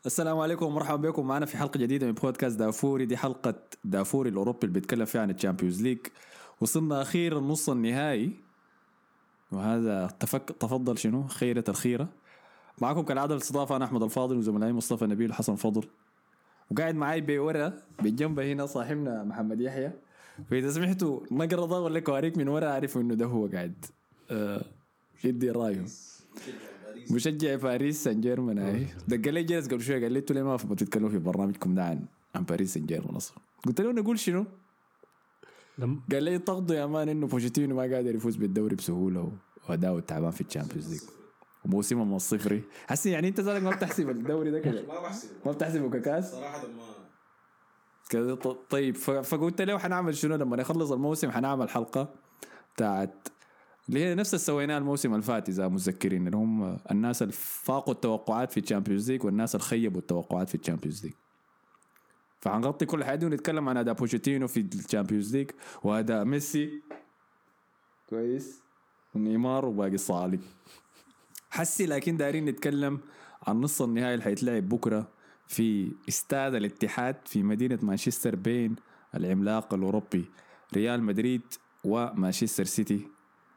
السلام عليكم ومرحبا بكم معنا في حلقة جديدة من بودكاست دافوري. دي حلقة دافوري الأوروبي اللي بيتكلم فيها عن الشامبيونز ليج. وصلنا أخيرا نص النهائي، وهذا تفضل شنو خيرة الخيرة. معكم كالعادة الاستضافة أنا أحمد الفاضل وزملائي مصطفى نبيل وحسن فضل، وقاعد معاي بورا بالجنب هنا صاحبنا محمد يحيى. فإذا سمحتوا نقرضة ولا كواريك من ورا أعرفوا إنه ده هو قاعد يدي رأيه. مشجع باريس سان جيرمان. هاي دق لي جلس قبل شويه قال لي انتوا ليه ما بتتكلموا في برنامجكم ده عن باريس سان جيرمان اصلا؟ قلت له نقول شنو؟ قال لي تقضوا يا مان انه بوشيتينو ما قادر يفوز بالدوري بسهوله واداؤه تعبان في الشامبيونز ليج وموسمه من الصفري. حسي يعني انت زالك ما بتحسب الدوري ده كده؟ ما بتحسبه ككاس صراحه ما كده. طيب فقلت له حنعمل شنو لما نخلص الموسم؟ حنعمل حلقه بتاعت اللي هي نفس السويناه الموسم الفات إذا متذكرين، اللي هم الناس اللي فاقوا التوقعات في الشامبيونز ليج والناس اللي خيبوا التوقعات في الشامبيونز ليج. فحنغطي كل حاجه ونتكلم عن اداء بوشيتينو في الشامبيونز ليج واداء ميسي كويس ونيمار وباقي الصالح حسي. لكن دارين نتكلم عن نص النهائي اللي حيتلعب بكره في استاد الاتحاد في مدينه مانشستر بين العملاق الاوروبي ريال مدريد ومانشستر سيتي،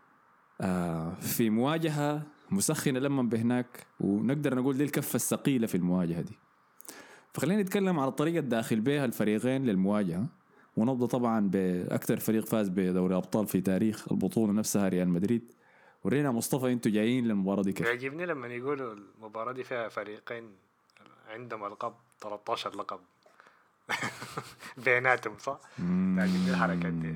في مواجهة مسخنة لما بهناك، ونقدر نقول دي الكفة الثقيلة في المواجهة دي. فخلينا نتكلم على الطريقة الداخل بها الفريقين للمواجهة، ونبدأ طبعا بأكثر فريق فاز بدوري أبطال في تاريخ البطولة نفسها ريال مدريد. ورينا مصطفى انتوا جايين للمباراة دي كيف؟ يعجبني لما يقولوا المباراة دي فيها فريقين عندهم ألقاب 13 لقب بيناتهم، صح؟ تعجبني الحركات دي.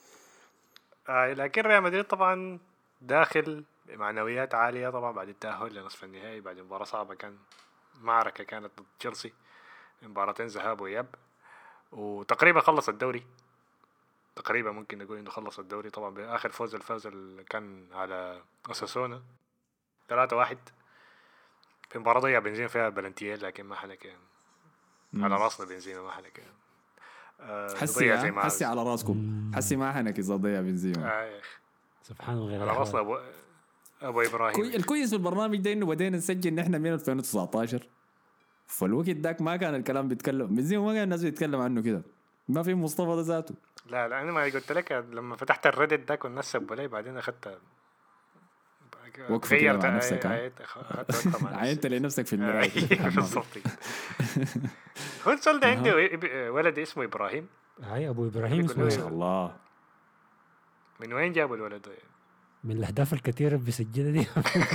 لكن ريال مدريد طبعا داخل بمعنويات عالية طبعا بعد التأهل لنصف النهائي بعد مباراة صعبة، كان معركة كانت ضد تشيلسي، مباراتين ذهاب وإياب، وتقريبا خلص الدوري. تقريبا ممكن نقول انه خلص الدوري طبعا بآخر الفوز اللي كان على أساسونا 3-1 في مباراة ضيع بنزيما فيها بلنتيين لكن ما حلك يعني. على راسنا بنزيما ما حلك يعني. حسي على راسكم حسي ما حنك إذا ضيع بنزيما. سبحان الله غير على راسنا أبو إبراهيم. الكويس في البرنامج ده إنه بدينا نسجل نحن من 2019، فالوقت داك ما كان الكلام بيتكلم بنزيما، ما كان الناس بيتكلم عنه كده، ما في مصطفى ده ذاته. لا أنا ما قلت لك لما فتحت الريدت داك والناس سبوا لي، بعدين أخذت وقفة كده مع نفسك. عينت لنفسك في المراية بالضبط. هو السؤال ده عنده ولد اسمه إبراهيم. هاي أبو إبراهيم اسمه ما شاء الله. من وين جابوا الولد ده؟ من الأهداف الكثيرة بسجلها دي.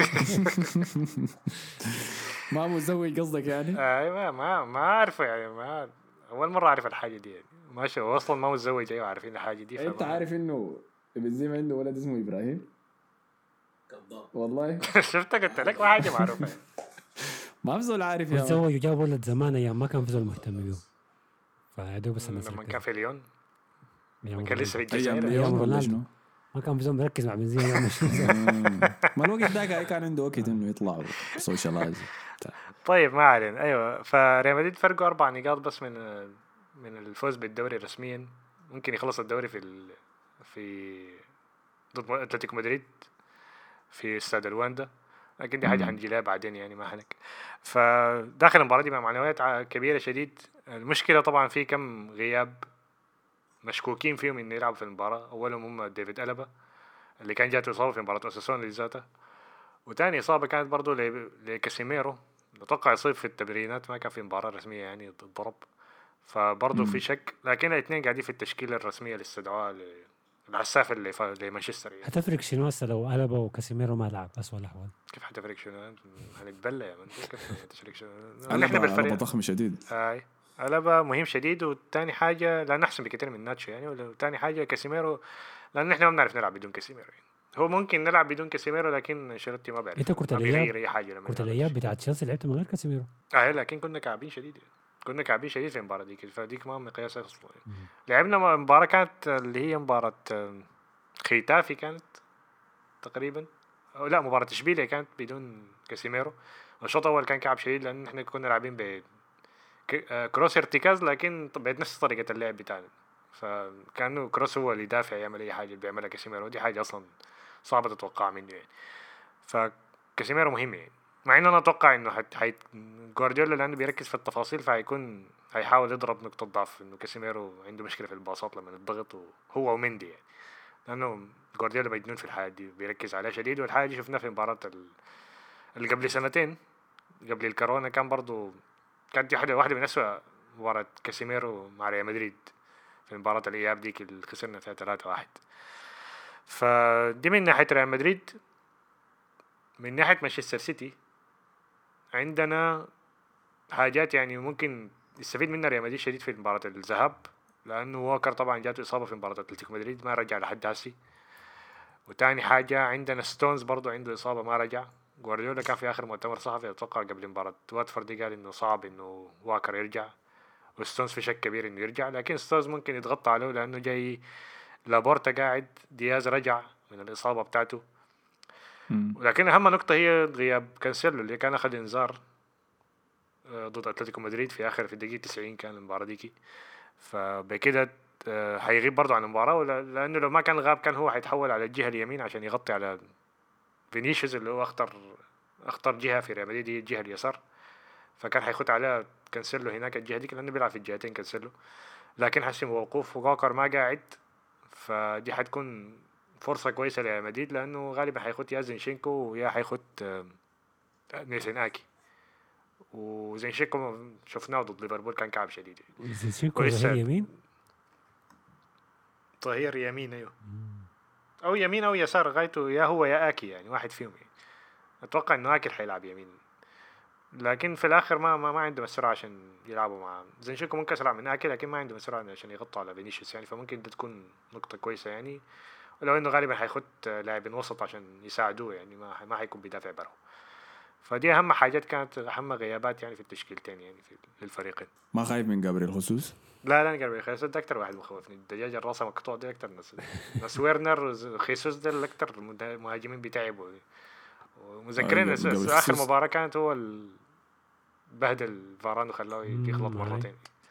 ما متزوج قصدك يعني؟ أيوة ما أعرفه يعني، ما أول مرة أعرف الحاجة دي يعني. ماشي هو أصلا ما متزوج. أيوة عارفين الحاجة دي. أنت عارف إنه بنزيما عنده ولد اسمه إبراهيم؟ كذاب والله. شفتك قلت لك ما حاجة معروفة. ما بزول عارف يا متزوج وجاب ولد زمان أيام ما كان بزول مهتم بيه، فهدو بس الناس لما كان في ليون كان لسه في أيام الجزائر. ليون ولا شنو؟ ما كان بزول مركز مع بنزيما. ما الوقت ذاك كان عنده وقت إنه يطلع سوشيالايز. طيب ما علينا. أيوة فريال مدريد فرقوا 4 نقاط بس من الفوز بالدوري رسميا. ممكن يخلص الدوري في ضد أتلتيكو مدريد في استاد الواندا، لكن دي حاجة هنجي لها بعدين يعني ما حنك. فداخل المباراة دي مع معنويات كبيرة شديد. المشكلة طبعا في كم غياب مشكوكين فيهم إنه يلعب في المباراة. أولهم هم ديفيد ألابا اللي كان جاته إصابة في مباراة أساسون لذاته، وتاني إصابة كانت برضو لكاسيميرو، أتوقع يصيب في التمرينات، ما كان في مباراة رسمية يعني الضرب. فبرضو في شك، لكن الاثنين قاعدين في التشكيلة الرسمية لاستدعاء العساف اللي لمانشستر يعني. هتفرق شنو هسه لو ألابا وكاسيميرو ما لعب؟ أسوأ الأحوال. كيف حتفرق شنو؟ هنتبلى يا من كيف حتفرق شنو؟ ألابا ضخم شديد. ألابا مهم شديد. وتاني حاجة لأن أحسن بكثير من ناتشو يعني. وتاني حاجة كاسيميرو لأن إحنا ما بنعرف نلعب بدون كاسيميرو يعني. هو ممكن نلعب بدون كاسيميرو لكن شيرتي ما بيعرف. أنت كرة الأياب بتاعت تشيلسي لعبت من غير كاسيميرو. لكن كنا كعبين شديد يعني. كنا كعبين شديد في المباراة ديك، فديك ما مقياس أصلا يعني. لعبنا مباراة كانت اللي هي مباراة ختافي كانت تقريبا، أو لا مباراة إشبيلية كانت بدون كاسيميرو. الشوط الأول كان كعب شديد لأن إحنا كنا لاعبين كروس ارتكاز لكن بنفس طريقة اللعب بتاعنا. فكانوا كروس هو اللي يدافع يعمل أي حاجة اللي بيعملها كاسيميرو، ودي حاجة أصلا صعبة تتوقع منه يعني. فكاسيميرو مهم يعني. مع انه انا اتوقع انه جوارديولا لانه بيركز في التفاصيل هيحاول يضرب نقطة ضعف انه كاسيميرو عنده مشكلة في الباصات لما يضغط هو ومندي يعني. لانه جوارديولا مجنون في الحاجة دي بيركز عليها شديد، والحاجة دي شفناها في مباراة اللي قبل سنتين قبل الكورونا كانت دي واحدة من أسوأ مباراة كاسيميرو مع ريال مدريد في مباراة الإياب ديك اللي خسرنا فيها 3-1. فدي من ناحية ريال مدريد. من ناحية مانشستر سيتي عندنا حاجات يعني ممكن يستفيد منها ريال مدريد شديد في مباراة الذهاب، لأنه ووكر طبعا جاته إصابة في مباراة أتلتيكو مدريد ما رجع لحد هاسي. وتاني حاجة عندنا ستونز برضو عنده إصابة ما رجع. جوارديولا كان في آخر مؤتمر صحفي أتوقع قبل مباراة واتفورد قال إنه صعب إنه واكر يرجع، وستونز في شك كبير إنه يرجع، لكن ستونز ممكن يتغطى عليه لأنه جاي لابورتا قاعد، دياز رجع من الإصابة بتاعته. ولكن أهم نقطة هي غياب كانسيلو اللي كان أخذ إنذار ضد أتلتيكو مدريد في الدقيقة 90 كان المباراة ديكي، فبكده هيغيب برضو عن المباراة، لأنه لو ما كان غاب كان هو هيتحول على الجهة اليمين عشان يغطي على فينيسيوس اللي هو أخطر جهة في ريال مدريد هي الجهة اليسار، فكان هيخط على كانسيلو هناك الجهة دي لأنه بيلعب في الجهتين كانسيلو. لكن حسي موقوف وغاكر ما قاعد، فدي حتكون فرصة كويسة لريال مدريد لأنه غالبا هيخط يا زينشينكو ويا هيخط نيسين آكي. وزينشينكو شفناه ضد ليفربول كان كعب شديد. زينشينكو ظهير يمين، ظهير يمين أيوه، أو يمين أو يسار غايته يا هو يا آكي يعني واحد فيهم يعني. أتوقع إنه آكي حيلعب يمين، لكن في الآخر ما عندهم السرعة عشان يلعبوا مع زينشينكو. ممكن أسرع من آكي لكن ما عندهم السرعة عشان يغطوا على فينيسيوس يعني، فممكن دي تكون نقطة كويسة يعني. ولو إنه غالبا هيخط لاعبين وسط عشان يساعدوه يعني، ما هيكون بيدافع برا. فدي أهم حاجات كانت أهم غيابات يعني في التشكيلتين يعني للفريقين. ما خايف من جابريل خصوص؟ لا جابريل خيسوس ده أكتر واحد مخوفني. الدجاجة الراسة مقطوع ده أكتر ناس ويرنر وخيسوس ده أكتر مهاجمين بيتعبوا. ومذكرين آخر مباراة كانت هو بهدل فاران وخلاه يغلط مرتين.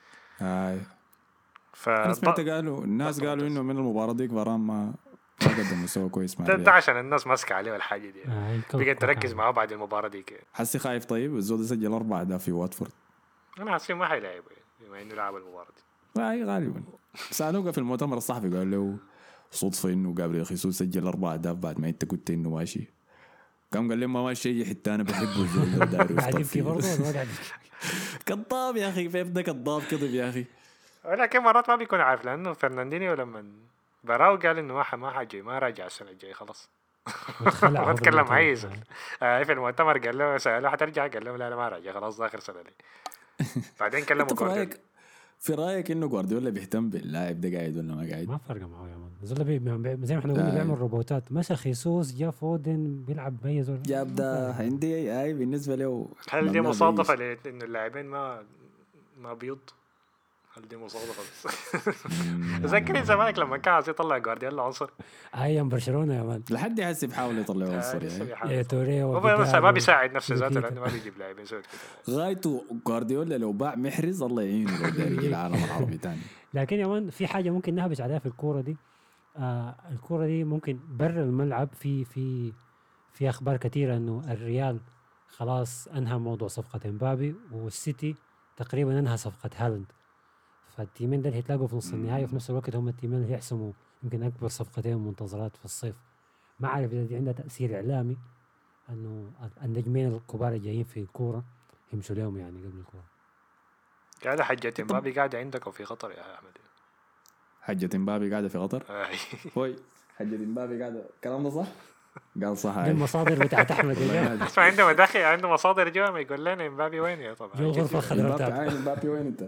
أنا سمعت الناس قالوا إنه من المباراة ديك فاران ما قدم مستوى كويس مع ده عشان الناس ماسكة عليه والحاجة دي بقيت تركز معه بعد المباراة ديك. حسي خايف. طيب الزود سجل 4 أهداف في واتفورد، أنا حسي ما حيلعبه بما إنه لعب المباراة دي. أي غالبا. سألوه في المؤتمر الصحفي قال له صدفة إنه جابريل خيسوس سجل 4 أهداف بعد ما أنت قلت إنه ماشي. قام قال لي ما ماشي أي حتة أنا بحبه زول داري عجبتي برضه كذاب يا أخي، فيف ده كذاب كذب يا أخي. ولكن مرات ما بيكون عارف لأنه فرناندينيو لما براو قال إنه ما حاجي ما راجع السنة الجاية خلاص. ما تكلم عايز في المؤتمر قال له سأله حترجع قال له لا ما راجع خلاص آخر سنة لي. بعدين كلمه جوارديولا. في رأيك إنه جوارديولا بيهتم باللاعب ده قاعد ولا ما قاعد؟ ما فرق معه يا مان. زول زي ما احنا قلنا بيعمل روبوتات. مشى خيسوس جا فودن بيلعب بأي زول جاب ده عندي أي بالنسبة له. هل دي مصادفة لأنه اللاعبين ما بيض؟ هل دي مصادفة بس؟ ذكرني زمانك لما كان عايز يطلع جوارديولا عنصر أيام برشلونة يا مان. لحد هسه بيحاول يطلع عنصر يعني توريه بس ما بيساعد نفسه ذاته لأنه ما بيجيب لاعبين سويت كده. غايته جوارديولا لو باع محرز الله يعينه لو داري العالم العربي تاني. لكن يا مان في حاجة ممكن نهبش عليها في الكورة دي. الكورة دي ممكن برا الملعب في أخبار كثيرة إنه الريال خلاص أنهى موضوع صفقة امبابي، والسيتي تقريبا أنهى صفقة هالاند. فالتيمين ده هيتلاقوا في نص النهائي، وفي نفس الوقت هم التيمين اللي هيحسموا يمكن أكبر صفقتين منتظرات في الصيف. ما عارف إذا دي عندها تأثير إعلامي إنه النجمين الكبار الجايين في الكورة يمشوا لهم يعني قبل الكورة. قاعدة حجة امبابي قاعدة عندك وفي قطر يا أحمد؟ حجة امبابي قاعدة في قطر؟ هوي حجة امبابي قاعدة الكلام ده صح؟ قال صح. دي المصادر بتاعت أحمد. اسمع عنده مصادر جوا ما يقول لنا امبابي وين يا طبعا. جو غرفة خضراء بتاعته. امبابي وين أنت؟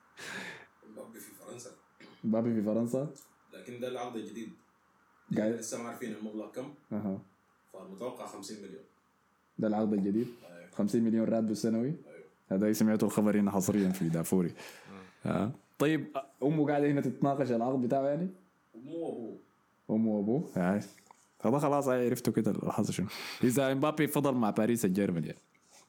امبابي في فرنسا. لكن ده العقد الجديد لسه ما عارفين المبلغ كم. فالمتوقع 50 مليون. ده العقد الجديد. 50 مليون راتب السنوي. هذا سمعته الخبر هنا حصريا في دافوري. طيب أمه قاعدة هنا تتناقش العقد بتاعه يعني؟ أمه وأبوه هذا خلاص عرفتوا كده الحظ شنو. إذا امبابي فضل مع باريس الجيرمان يعني.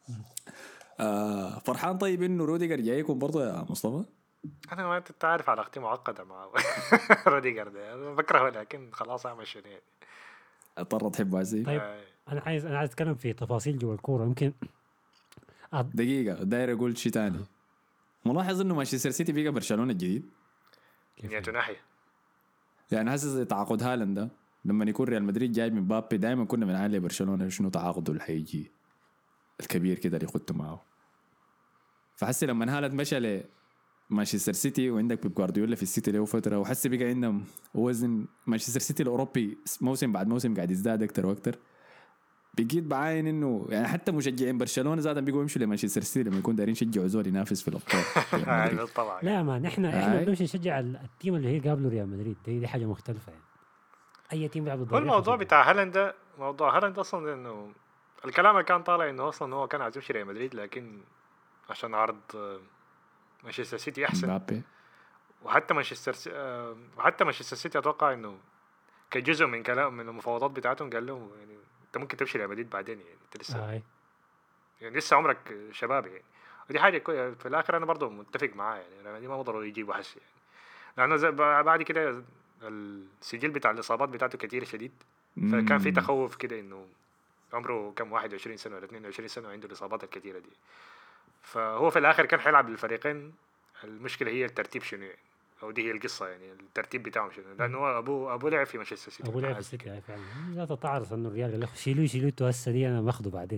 فرحان طيب إنه روديجر جايكم برضه يا مصطفى؟ أنا ما تعرف علاقتي معقدة مع روديجر ده، أنا بكرهه لكن خلاص أعمل شنو يعني. اضطر تحبه عزيز. طيب انا عايز اتكلم في تفاصيل جوا الكوره يمكن. دقيقة داير أقول شيء تاني. ملاحظ إنه مانشستر سيتي بيجا برشلونة الجديد من ناحية يعني هسه تعاقد هالاند ده لما يكون ريال مدريد جاي من بابي دائما كنا بنعلي برشلونة شنو تعاقده اللي حيجي الكبير كده اللي يخدته معه. فحسي لما هالاند مشى لمانشستر سيتي وعندك بيب جوارديولا في السيتي له فترة وحسي بقى عندهم وزن مانشستر سيتي الأوروبي موسم بعد موسم قاعد يزداد أكتر وأكتر. بقيت بعاين انه يعني حتى مشجعين برشلونه زاد بيقوا يمشوا لمانشستر سيتي لما يكون دايرين يشجعوا زول ينافس في الابطال. طبعا لا ما احنا بنمشي نشجع التيم اللي هي قابله ريال مدريد دي حاجه مختلفه يعني. اي تيم بيلعب ضد الموضوع بتاع هالاند ده موضوع هالاند اصلا انه الكلام اللي كان طالع انه اصلا هو كان عايز يمشي ريال مدريد لكن عشان عرض مانشستر سيتي احسن مبابي. وحتى مانشستر سيتي اتوقع انه كجزء من كلام من المفاوضات بتاعتهم قال لهم يعني انت ممكن تمشي ريال مدريد بعدين يعني انت لسه يعني لسه عمرك شباب يعني. ودي حاجه في الاخر انا برضو متفق معاه يعني دي ما بقدروا يجيبوا حسي يعني لانه بعد كده السجل بتاع الاصابات بتاعته كتير شديد فكان في تخوف كده انه عمره كم 21 سنه ولا 22 سنه وعنده الاصابات الكتيره دي. فهو في الاخر كان حيلعب للفريقين. المشكله هي الترتيب شنو يعني او دي هي القصه يعني الترتيب بتاعهم شنو لانه هو ابوه لعب في مانشستر سيتي. ابوه لعب في السيتي فعلا. لا تتعرض انه الريال قال له شيلوا هسه دي انا باخده بعدين.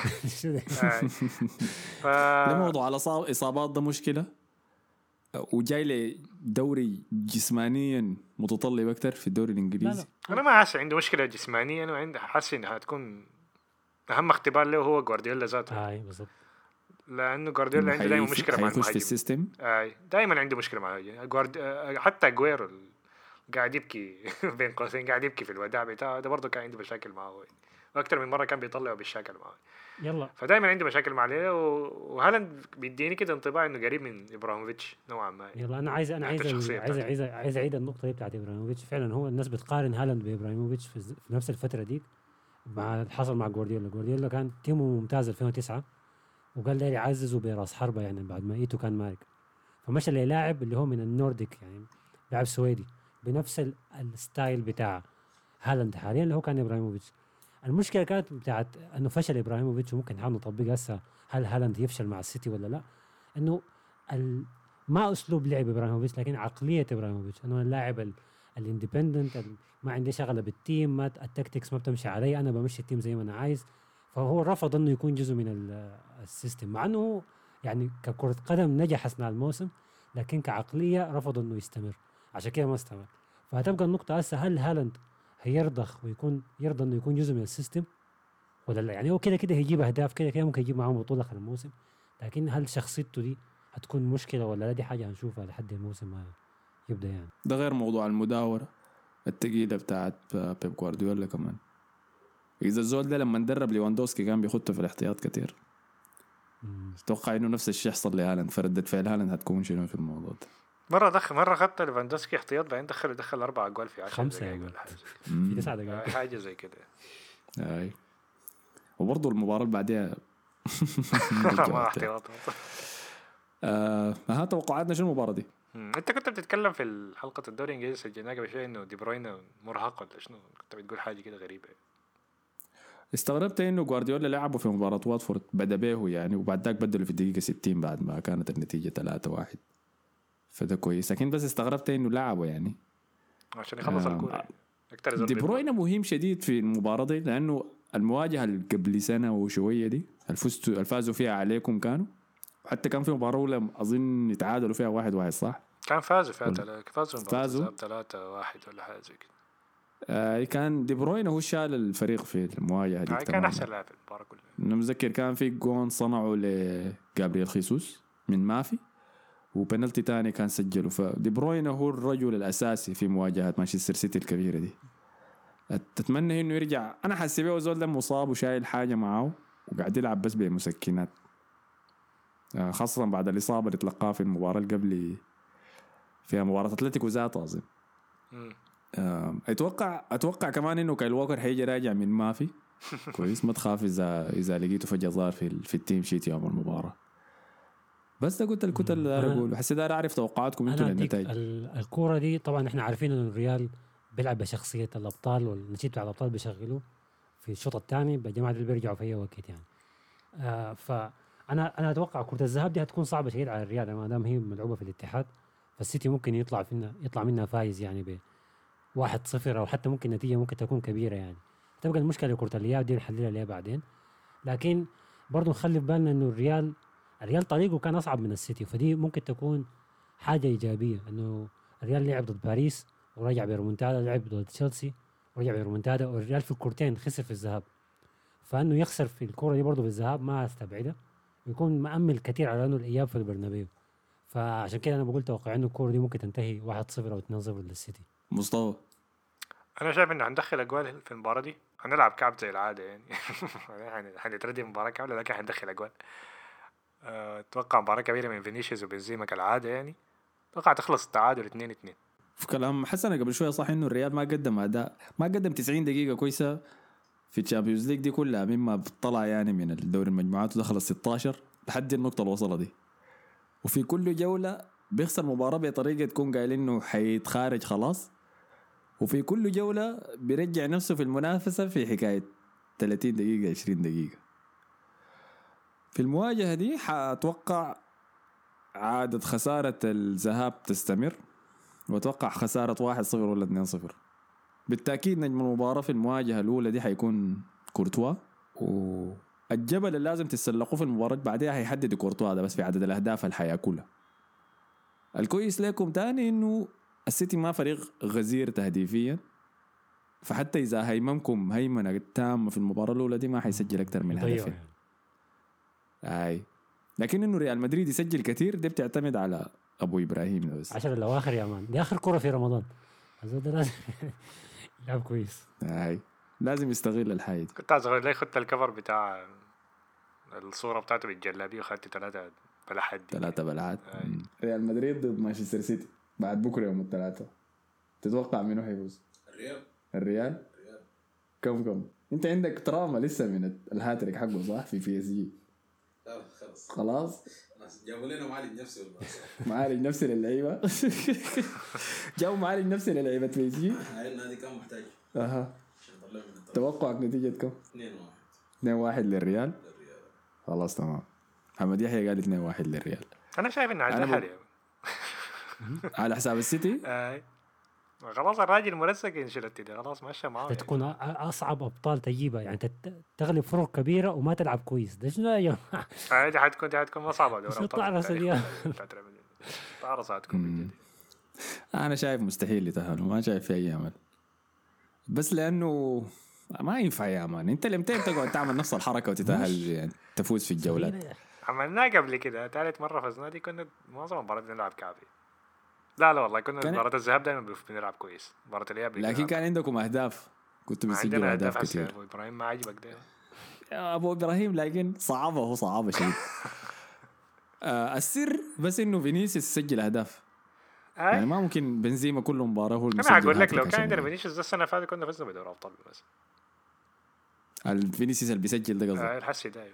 لموضوع على اصابات ده مشكله وجاي لي دوري جسمانيا متطلب اكثر في الدوري الانجليزي. لا. انا ما حاسس عنده مشكله جسمانيا وعنده حاسس انها هتكون اهم اختبار له هو جوارديولا ذاته. بالضبط. لانه جوارديولا عنده دايما مشكله مع المهاجم في السيستم. دايما عنده مشكله مع حتى أجويرو قاعد يبكي بين قوسين قاعد يبكي في الوداع بتاعه ده برضه كان عنده مشاكل معه واكثر من مره كان بيطلعه بالشكل معه. يلا فدايما عنده مشاكل مع ليه وهالاند بيديني كده انطباع انه قريب من ابراهيموفيتش نوعا ما. يلا انا عايز اعيد النقطه دي بتاعت ابراهيموفيتش. فعلا هو الناس بتقارن هالاند بابراهيموفيتش في نفس الفتره دي مع اللي حصل مع جوارديولا كان تيمه ممتاز 2009 وقال لي يعززوا براس حربه يعني بعد ما ايتو كان مارك فمشى للاعب اللي هو من النورديك يعني لاعب سويدي بنفس الستايل بتاع هالاند حاليا اللي هو كان ابراهيموفيتش. المشكله كانت بتاعت انه فشل ابراهيموفيتش وممكن نحاول نطبقها هسه هل هالاند يفشل مع السيتي ولا لا. انه ما اسلوب لعب ابراهيموفيتش لكن عقليه ابراهيموفيتش انه اللاعب الاندبندنت ما عندي شغله بالتيم ما التكتكس ما بتمشي علي انا بمشي التيم زي ما انا عايز. فهو رفض انه يكون جزء من السيستم مع انه يعني ككرة قدم نجح اثناء الموسم لكن كعقليه رفض انه يستمر عشان كده ما استمر. فهتبقى النقطه هسه هل هالاند هيرضخ ويكون يرضى انه يكون جزء من السيستم ولا لا. يعني هو كده هيجيب اهداف كده ممكن يجيب معاهم بطوله اخر الموسم لكن هل شخصيته دي هتكون مشكله ولا لا دي حاجه هنشوفها لحد الموسم ما يبدا يعني. ده غير موضوع المداوره الثقيله بتاعت بيب جوارديولا كمان. إذا الزول ده لما ندرب ليواندوسكي كان بيخطه في الاحتياط كتير. اتوقع انه نفس الشيء يحصل لهالاند فردة فعل هالاند هتكون شنو في الموضوع ده. مرة خدت ليفاندوسكي احتياط بعدين دخل 4 أجوال في 5 دقائق في 9 دقائق حاجة زي كده. اي وبرضه المباراة اللي بعدها ما احتياط. ها توقعاتنا شنو المباراة دي؟ انت كنت بتتكلم في حلقة الدوري الانجليزي سجلناها قبل شوية انه دي بروين مرهق ولا شنو كنت بتقول حاجة كده غريبة. استغربت انه جوارديولا لعبوا في مباراة واتفورد بدا به يعني وبعد ذاك بدلوا في الدقيقة 60 بعد ما كانت النتيجة 3-1 فده كويس لكن بس استغربت انه لعبوا يعني عشان يخلص الكورة. دي بروين مهم شديد في المباراة دي لانه المواجهة اللي قبل سنة وشوية دي الفازوا فيها عليكم كانوا وحتى كان في مباراة أولى أظن يتعادلوا فيها 1-1 صح؟ كان فازوا 3-1 ولا حاجة زي كده. كان دي بروين هو شال الفريق في المواجهة دي كان أحسن لاعب في المباراة كلها. أنا متذكر كان في جون صنعوا لجابرييل خيسوس من مافي وبنالتي تاني كان سجله. فدي بروين هو الرجل الأساسي في مواجهة مانشستر سيتي الكبيرة دي. أتمنى إنه يرجع. أنا حاسبه وزول ده مصاب وشايل حاجة معه وقاعد يلعب بس بمسكنات خاصة بعد الإصابة اللي تلقاها في المباراة اللي قبل فيها مباراة أتلتيكو ذاته أظن. اتوقع كمان انه كايل ووكر حيجي راجع من مافي كويس. ما تخاف اذا لقيته فجاه ظهر في التيم شيت يوم المباراه. بس ده قلت الكتل اللي اقول حسيت انا اعرف توقعاتكم انتم للنتائج. الكوره دي طبعا احنا عارفين ان الريال بيلعب بشخصيه الابطال والنشيد بتاع الابطال بيشغلوه في الشوط الثاني بالجماعه اللي بيرجعوا في اي وقت يعني. فانا اتوقع كره الذهاب دي هتكون صعبه شديد على الريال ما دام هي ملعوبه في الاتحاد. فالسيتي ممكن يطلع منها فايز يعني ب 1-0 او حتى ممكن نتيجه ممكن تكون كبيره يعني. تبقى المشكله كره الاياب دي نحللها ليه بعدين. لكن برضه نخلي في بالنا انه الريال طريقه كان اصعب من السيتي، فدي ممكن تكون حاجه ايجابيه انه الريال لعب ضد باريس ورجع بريمونتادا، لعب ضد تشيلسي ورجع بريمونتادا، والريال في الكورتين خسر في الذهاب. فانه يخسر في الكوره دي برضه في الذهاب ما استبعده، ويكون مأمل كثير على انه الاياب في البرنابيو. فعشان كده انا بقول توقع انه الكوره دي ممكن تنتهي 1-0 او 2-0 للسيتي. مصطفى انا شايف انه هندخل اجوال في المباراه دي، هنلعب كعب زي العاده يعني هنتردي مباراه كامله لكن هندخل اجوال. اتوقع مباراه كبيره من فينيسيوس وبنزيما كالعاده يعني. اتوقع تخلص التعادل 2-2. في كلام حسن قبل شويه صح انه الريال ما قدم اداء، ما قدم 90 دقيقه كويسه في الشامبيونز ليج دي كلها مما طلع يعني من الدوري المجموعات ودخل ال16 لحد النقطه اللي وصلها دي. وفي كل جوله بيخسر مباراه بطريقه تكون قايل انه حيتخارج خلاص، وفي كل جوله بيرجع نفسه في المنافسه في حكايه 30 دقيقه 20 دقيقه. في المواجهه دي حاتوقع عادة خسارة الذهاب تستمر، واتوقع خسارة 1-0 ولا 2-0. بالتأكيد نجم المباراة في المواجهة الأولى دي حيكون كورتوا، والجبل اللي لازم تسلقوه في المباراة بعدها هيحدد كورتوا ده بس في عدد الأهداف اللي حياكلها. الكويس لكم تاني إنه السيتي ما فريق غزير تهديفيا، فحتى إذا هيمنكم هيمنة تامة في المباراة الأولى دي ما حيسجل أكتر من هدفين يعني. لكن إنه ريال مدريد يسجل كتير دي بتعتمد على أبو إبراهيم بس. 10 الأواخر يا مان، دي آخر كرة في رمضان، هذا لازم يلعب كويس. لازم يستغل الحاجة. كنت عايز أقول لك خدت الكفر بتاع الصورة بتاعته بالجلابية وخدت 3 بلحات. 3 بلحات. ريال مدريد ضد مانشستر سيتي بعد بكرة يوم الثلاثاء. تتوقع منو حيفوز؟ الريال. كم انت عندك تراما لسه من الهاتريك حقه صح في اس جي؟ خلاص جابوا لنا معالج نفسي ولا معالج نفسي للعيبه. جابوا معالج نفسي للعيبه في اس جي. هاي النادي كان محتاج. توقعك نتيجه كم؟ 2-1 للريال. خلاص تمام. محمد يحيى قال 2-1 للريال. انا شايف انه عدل على حساب السيتي. خلاص الراجل مرسك انشيلوتي ده خلاص ماشي معاه. تكون اصعب ابطال تجيبها يعني تغلب فرق كبيره وما تلعب كويس. ده شنو يا جماعه؟ دي حتكون ما صعبه دوري ابطال. تعرس اليوم. تعرس هتكون. انا شايف مستحيل يتاهلوا، ما شايف في اي امل. بس لانه ما ينفع يا مان، انت لمتين تقعد تعمل نفس الحركه وتتاهل يعني تفوز في الجولات. عملناه قبل كده 3 مرة فزنا، دي كنا معظم المباريات بنلعب كعبي. لا والله كنا مباراة الذهاب دائما بنلعب كويس، مباراة الإياب لكن كان عندكم أهداف، كنتوا بتسجلوا أهداف كثير. أبو إبراهيم ما عجبك ده يا أبو إبراهيم، لكن صعبة شيء. السر بس إنه فينيسيوس يسجل أهداف. يعني ما ممكن بنزيما كل مباراة هو المسجل. أنا أقول لك لو كان عندنا فينيسيوس ده السنة فاتت كنا فزنا بدوري أبطال بس. الفينيسيوس اللي بيسجل ده قصدك؟ الحسي ده.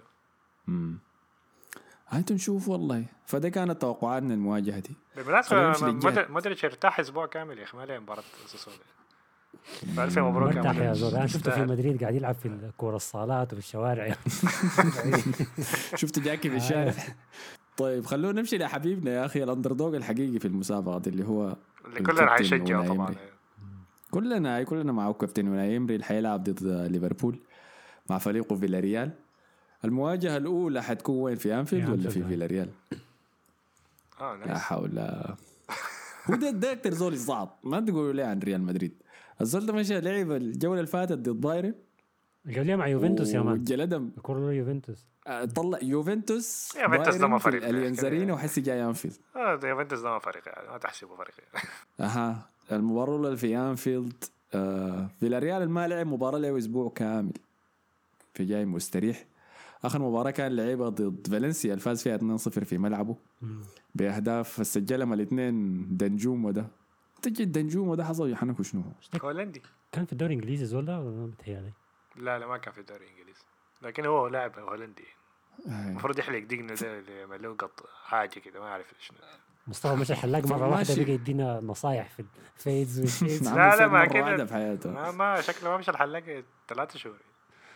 هايتو نشوف والله. فده كانت توقعاتنا المواجهة دي. بالمناسبة مودريتش ارتاح أسبوع كامل يا أخي، ما له مباراة أساسية. فألف مبروك يا مودريتش. أنا شفته في مدريد قاعد يلعب في الكورة الصالات وفي الشوارع. شفت جاكي في الشارع. طيب خلونا نمشي لحبيبنا يا أخي الأندردوغ الحقيقي في المسابقة اللي هو اللي كلنا هيشجع طبعا. كلنا معه كابتن وناي إمري اللي حيلعب ضد ليفربول مع فريقه فيلاريال. المواجهة الأولى حتكون وين، في أنفيلد ولا في فيلاريال؟ لا حول. هو ده أكتر زول صعب. ما تقولوا ليه عن ريال مدريد. الزول ده مشى لعب الجولة اللي فاتت ضد بايرن، الجولة مع يوفنتوس يا مان. جلدهم كورلو يوفنتوس طلع يوفنتوس ده ما فريق اليانزارينا وحسي جاي أنفيلد. يوفنتوس ده ما فريق يعني، ما تحسبه فريق يعني. المباراة الأولى في أنفيلد. فيلاريال ما لعب مباراة له أسبوع كامل، في جاي مستريح. آخر مباراة كان لعبها ضد فالنسيا الفاز فيها 2-0 في ملعبه بأهداف سجلهم الاثنين دنجوم. وده تجد دنجوم وده حصل يحنكوا شنو هولندي كان في الدوري الإنجليزي زولا ولا بتهيألي؟ لا ما كان في الدوري الإنجليزي، لكن هو لاعب هولندي. المفروض يحلق دقنه ده اللي ملوه قط حاجة كده ما أعرف إيش. مصطفى مش الحلاق مرة واحدة بقى يدينا نصايح في الفيدز والشيتس. لا ما كده في حياته. ما شكله ما مش الحلاق 3 شهور.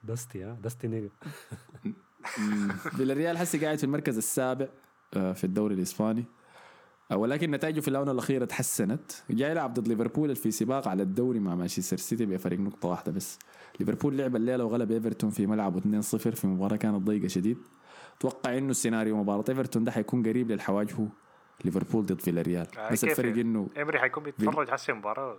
دستي نيجا. فيلاريال حسي قاعد في المركز السابع في الدوري الإسباني، ولكن نتائجه في الآونة الأخيرة تحسنت. جاي يلعب ضد ليفربول في سباق على الدوري مع مانشستر سيتي بفرق نقطة واحدة بس. ليفربول لعب الليلة وغلب إيفرتون في ملعبه 2-0 في مباراة كانت ضيقة شديد. توقع إنه السيناريو مباراة إيفرتون ده حيكون قريب للحواجه ليفربول ضد فيلاريال، بس الفرق إنه إمري حيكون بيتفرج حسي مباراة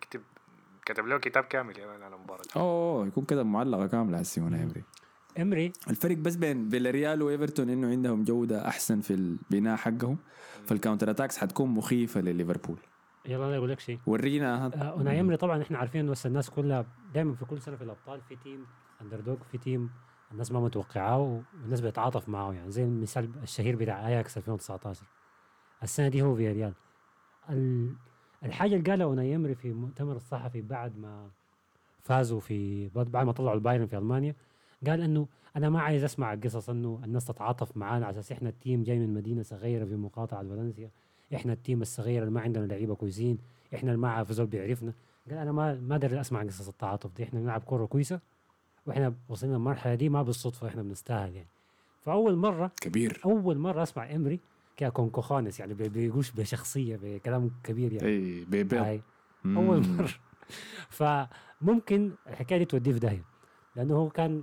كتب له كتاب كامل يعني على المباراة. يكون كده معلقة كاملة هسي هنا إمري. الفرق بس بين فيلاريال وإيفرتون إنه عندهم جودة أحسن في البناء حقهم، فالكاونتر أتاكس حتكون مخيفة لليفربول. يلا أنا أقول لك شيء، ورينا أوناي إمري طبعا إحنا عارفين بس الناس كلها دائما في كل سنة في الأبطال في تيم أندردوغ، في تيم الناس ما متوقعاه والناس بتتعاطف معه، يعني زي المثال الشهير بتاع أياكس 2019. السنة دي هو فياريال. الحاجة اللي قالها أوناي إمري في مؤتمر الصحفي بعد ما فازوا بعد ما طلعوا البايرن في ألمانيا، قال انه انا ما عايز اسمع قصص انه الناس تتعاطف معانا على اساس احنا التيم جاي من مدينه صغيره في مقاطعه فالنسيا، احنا التيم الصغير اللي ما عندنا لعيبه كويسين، احنا اللي ما عارف زول بيعرفنا. قال انا ما ادري اسمع قصص التعاطف دي، احنا بنلعب كوره كويسه واحنا وصلنا المرحله دي ما بالصدفه، احنا بنستاهل يعني. فاول مره اسمع امري ككونكوخانس يعني بيقولش بشخصيه بكلام كبير يعني اي بيبي اول مره. فممكن الحكايه دي توديه في داهيه لانه هو كان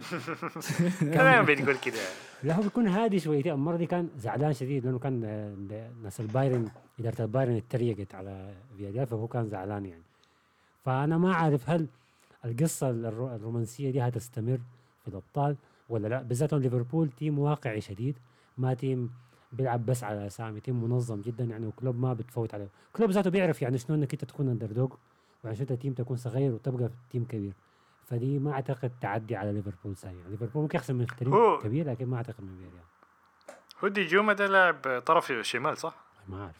بيقول كده. لا هو بيكون هادي شويتين. المره دي كان زعلان شديد لانه كان ناس البايرن اداره البايرن اتريقت على فياريال فهو كان زعلان يعني. فانا ما عارف هل القصه الرومانسيه دي هتستمر في الابطال ولا لا، بالذات ليفربول تيم واقعي شديد، ما تيم بيلعب بس على اسامي، تيم منظم جدا يعني، وكلوب ما بتفوت عليه. كلوب ذاته بيعرف يعني شنو انك انت تكون اندردوغ وعشان انت تيم تكون صغير وتبقى تيم كبير. فدي ما اعتقد تعدي على ليفربول ساي يعني. ليفربول ممكن يخسر من فريق كبير لكن ما اعتقد من فياريال. هودي جوما ده لاعب طرف شمال صح؟ ما اعرف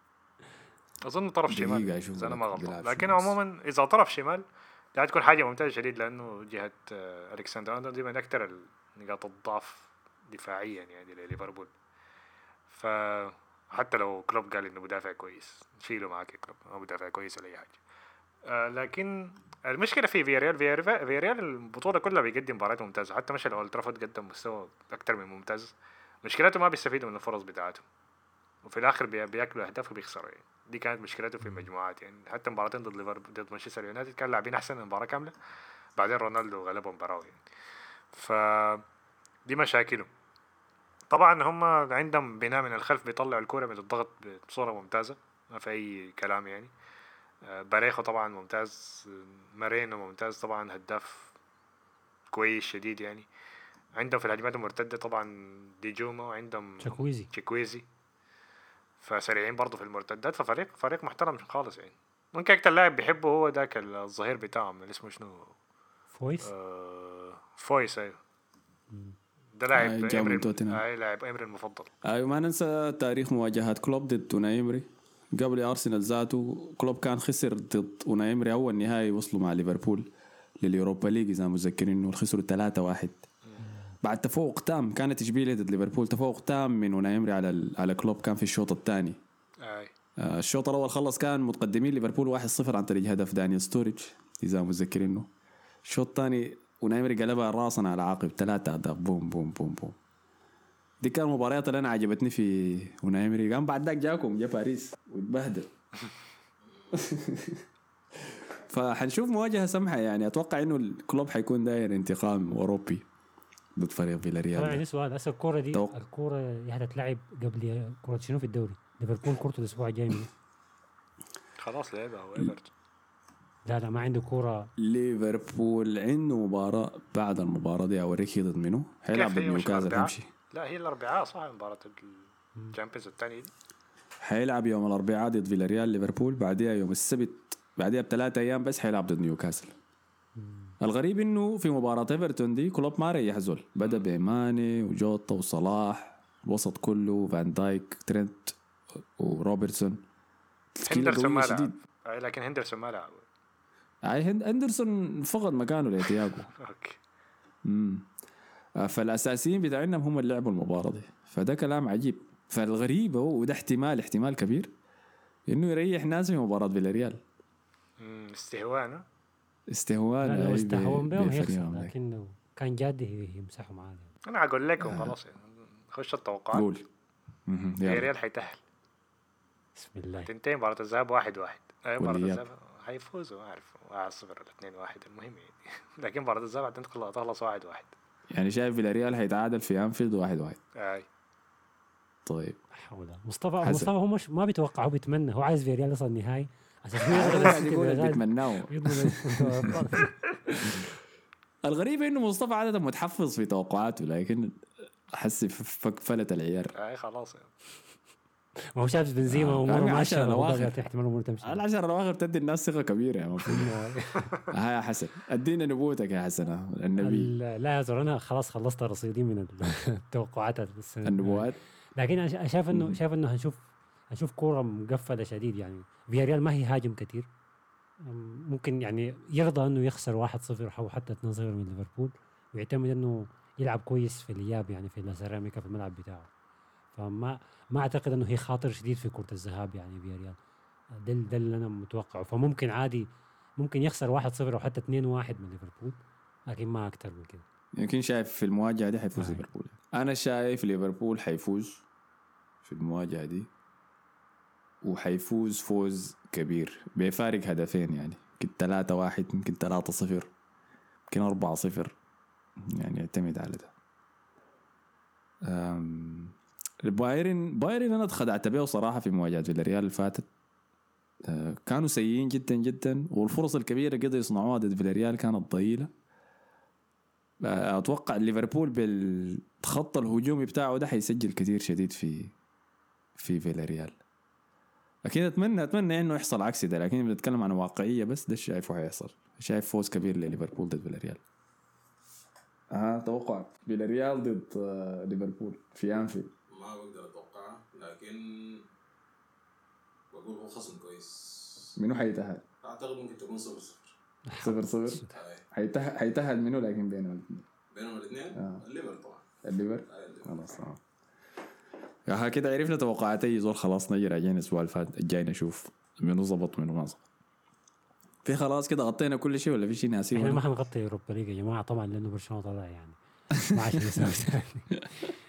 اظن طرف شمال انا ما غلط، لكن عموما اذا طرف شمال دي هتكون حاجه ممتازه شديد لانه جهه الكسندر ارنولد دي من اكثر نقاط الضعف دفاعيا يعني لليفربول. فحتى لو كلوب قال انه مدافع كويس شيله معك كلوب، هو مدافع كويس ولا اي حاجه. لكن المشكله في فياريال البطوله كلها بيقدم مباريات ممتازه، حتى مش الاولد ترافورد قدم مستوى اكثر من ممتاز. مشكلته ما بيستفيدوا من الفرص بتاعتهم وفي الاخر بياكلوا اهداف وبيخسروا يعني. دي كانت مشكلته في المجموعات يعني. حتى مباراتين ضد ليفربول ضد مانشستر يونايتد كان لاعبين احسن من مباراه كامله، بعدين رونالدو غلبهم مباراه يعني. ف دي مشاكلهم. طبعا هم عندهم بناء من الخلف بيطلعوا الكوره من الضغط بصوره ممتازه ما في اي كلام يعني. باريخو طبعا ممتاز، مارينو ممتاز طبعا، هداف كويس شديد يعني. عندهم في الهجمات المرتده طبعا ديجوما، وعندهم تشيكويزي فسريعين برضو في المرتدات. فريق محترم خالص يعني. ممكن اكتر لاعب بيحبه هو ذاك الظهير بتاعهم اللي اسمه شنو، فويس ايوه. ده لاعب لاعب امري المفضل. ايوه ما ننسى تاريخ مواجهات كلوب ضد اوناي إمري قبل ارسنال ذاته. كلوب كان خسر ضد اوناي إمري اول نهائي وصلوا مع ليفربول لليوروبا ليج اذا متذكرين انه خسروا 3-1 بعد تفوق تام. كانت اشبيليه ضد ليفربول تفوق تام من اوناي إمري على كلوب. كان في الشوط الثاني الشوط الاول خلص كان متقدمين ليفربول 1-0 عن طريق هدف دانيال ستوريج اذا متذكرينه. الشوط الثاني اوناي إمري قلبها راسنا على عقب 3 أهداف بوم بوم بوم بوم. دي كان مباريات اللي انا عجبتني في اوناي إمري. قام بعد ذاك جا باريس واتبهدل. فحنشوف مواجهه سمحه يعني. اتوقع انه الكلوب حيكون داير انتقام اوروبي ضد فريق فيلاريال. يعني سؤال هسه الكوره دي الكوره هتتلعب قبل كوره شنو في الدوري؟ ليفربول كورته الاسبوع الجاي خلاص لعبها هو ايفرتون. لا ما عنده كوره. ليفربول عنده مباراه بعد المباراه دي اوريك ضد منو حيلعب ضد نيوكاسل. همشي لا هي الاربعاء صح مباراه الشامبيونز الثانيه دي حيلعب يوم الاربعاء ضد فيلاريال ليفربول، بعديها يوم السبت بعديها ب3 أيام بس حيلعب ضد نيوكاسل. الغريب انه في مباراه ايفرتون دي كلوب ما ريح زول، بدا بماني وجوتا وصلاح الوسط كله فان دايك ترينت وروبرتسون. هندرسون ما لعب لكن هندرسون ما لعب. هندرسون فقد مكانه لتياغو. اوكي. فالاساسيين بتاعهم هم اللي لعبوا المباراه دي، فده كلام عجيب. فالغريب هو وده احتمال كبير انه يريح ناس في مباراه فيلاريال. استهوان استهوان بهم هيخسر، لكنه كان جادي يمسحوا معاه. انا هقول لكم خلاص يعني. خش التوقعات. قول. ريال حيتأهل. بسم الله. تنتهي مباراة الذهاب 1-1. مباراة والإياب. الذهاب حيفوزوا ما اعرف 1-0 ولا 2-1 المهم يعني. لكن مباراة الذهاب تخلص 1-1. يعني شايف فيلاريال هيتعادل في أنفيلد 1-1. اي طيب حول مصطفى حسن. مصطفى هو مش ما بيتوقع، هو بيتمنى، هو عايز فيريال يصل النهائي عشان قاعد يقول لك بيتمناه. يضمن الغريب انه مصطفى عادة متحفظ في توقعاته، لكن احس فلت العيار. اي خلاص يعني. ما هو شايف بنزيما يعني واموره ماشيه، 10 الأواخر. احتمال اموره تمشي. العشرة الأواخر تدي الناس ثقة كبيرة يا مفروض. ها يا حسن ادينا نبوتك يا حسن النبي. لا يا زول انا خلاص خلصت رصيدي من التوقعات السنة. النبوات. لكن انا شايف انه هنشوف كوره مقفله شديد يعني. فياريال ما هي هاجم كثير، ممكن يعني يرضى انه يخسر 1-0 او حتى 2-0 من ليفربول، ويعتمد انه يلعب كويس في الاياب يعني في السيراميكا في الملعب بتاعه. فما اعتقد انه هي خاطر شديد في كرة الذهاب يعني فياريال. ده اللي انا متوقعه. فممكن عادي ممكن يخسر 1-0 او حتى 2-1 من ليفربول، لكن ما اكثر من كده. يمكن شايف في المواجهة دي حيفوز ليفربول. انا شايف ليفربول حيفوز في المواجهة دي، وحيفوز فوز كبير بفارق هدفين، يعني يمكن 3-1 يمكن 3-0 يمكن 4-0، يعني اعتمد على ده. بايرن انا اتخدعت بيه صراحة في مواجهة فيلاريال اللي فاتت. كانوا سيئين جدا جدا، والفرص الكبيرة قدروا يصنعوها ضد فيلاريال كانت ضئيلة. اتوقع ليفربول بالخط الهجومي بتاعه ده حيسجل كتير شديد في فيلاريال. اكيد اتمنى انه يحصل عكس ده، لكن بنتكلم عن واقعيه بس ده شايفه حيحصل. شايف فوز كبير لليفربول ضد فيلاريال. توقع فيلاريال ضد ليفربول في انفيلد. ما بقدر اتوقعها، لكن بقول هو خصم كويس. منو حيتأهل؟ اعتقد ممكن تكون 0-0. 0-0 حيتأهل منو، لكن بينهم الاثنين الليفر طبعا. الليفر خلاص. ها كده عرفنا توقعاتي زول. خلاص نجي راجعين الاسبوع الجاي نشوف منو ظبط منو ما ظبط. في خلاص كده غطينا كل شيء ولا في شيء ناسيه؟ احنا ما حنغطي اوروبا ليج يا جماعه طبعا لانه برشلونه طلع يعني ما عشان نسوي ثاني.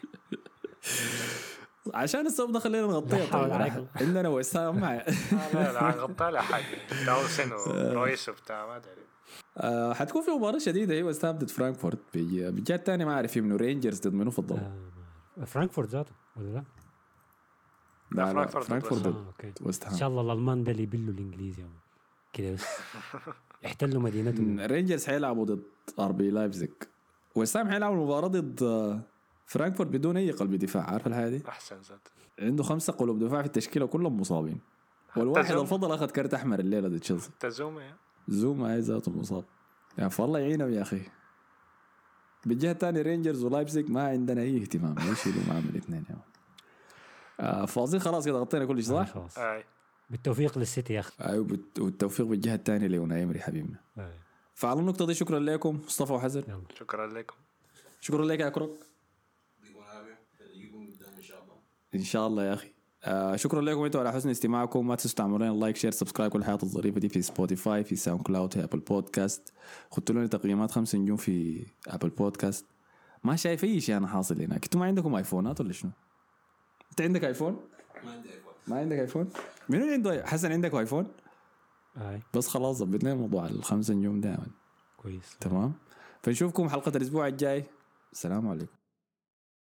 عشان السبب ده خلينا نغطيها. طيب عندنا وسام لا هنغطي لها حاجه داوسن ورويس وبتاع ما ادري. حتكون في مباراه شديده هي وسام ضد فرانكفورت. بالجهه الثانيه ما اعرف منو، رينجرز ضد منو فضل. فرانكفورت ذاته ولا لا فرانكفورت ضد وست هام. ان شاء الله الالمان ده اللي يبلوا الانجليزي كده بس يحتلوا مدينتهم. رينجرز حيلعبوا ضد اربي لايبزيج، وسام حيلعبوا المباراه ضد فرانكفورت بدون اي قلب دفاع. عارف الحاجه دي؟ احسن ذات عنده 5 قلوب دفاع في التشكيله كلهم مصابين، والواحد الفضل اخذ كارت احمر الليله ضد تشيلسي. زوما هي ذاته مصاب يعني، فالله يعينهم يا اخي. بالجهه الثانيه رينجرز ولايبزيج ما عندنا اي اهتمام يشيلوا معهم الاثنين يعني. فاضيين خلاص كده غطينا كل شيء صح؟ خلاص. بالتوفيق للسيتي يا اخي. ايوه والتوفيق بالجهه الثانيه لأوناي إمري حبيبنا. فعلى النقطه دي شكرا لكم مصطفى وحسن. شكرا لكم. شكرا لك يا كروك. ان شاء الله يا اخي. شكرا لكم انتم على حسن استماعكم. ما تنسوا تعملوا لنا لايك شير سبسكرايب كل الحياة الظريفة دي في سبوتيفاي في ساوند كلاود في ابل بودكاست. خدتوا لنا تقييمات 5 نجوم في ابل بودكاست. ما شايف اي شيء انا حاصل هناك. انتوا ما عندكم ايفونات ولا شنو؟ انت عندك ايفون؟ ما عندي ايفون. ما عندك ايفون؟ منو عنده؟ حسن عندك ايفون؟ بس خلاص ضبط لنا موضوع ال5 نجوم ده كويس. تمام. فنشوفكم حلقة الاسبوع الجاي. السلام عليكم.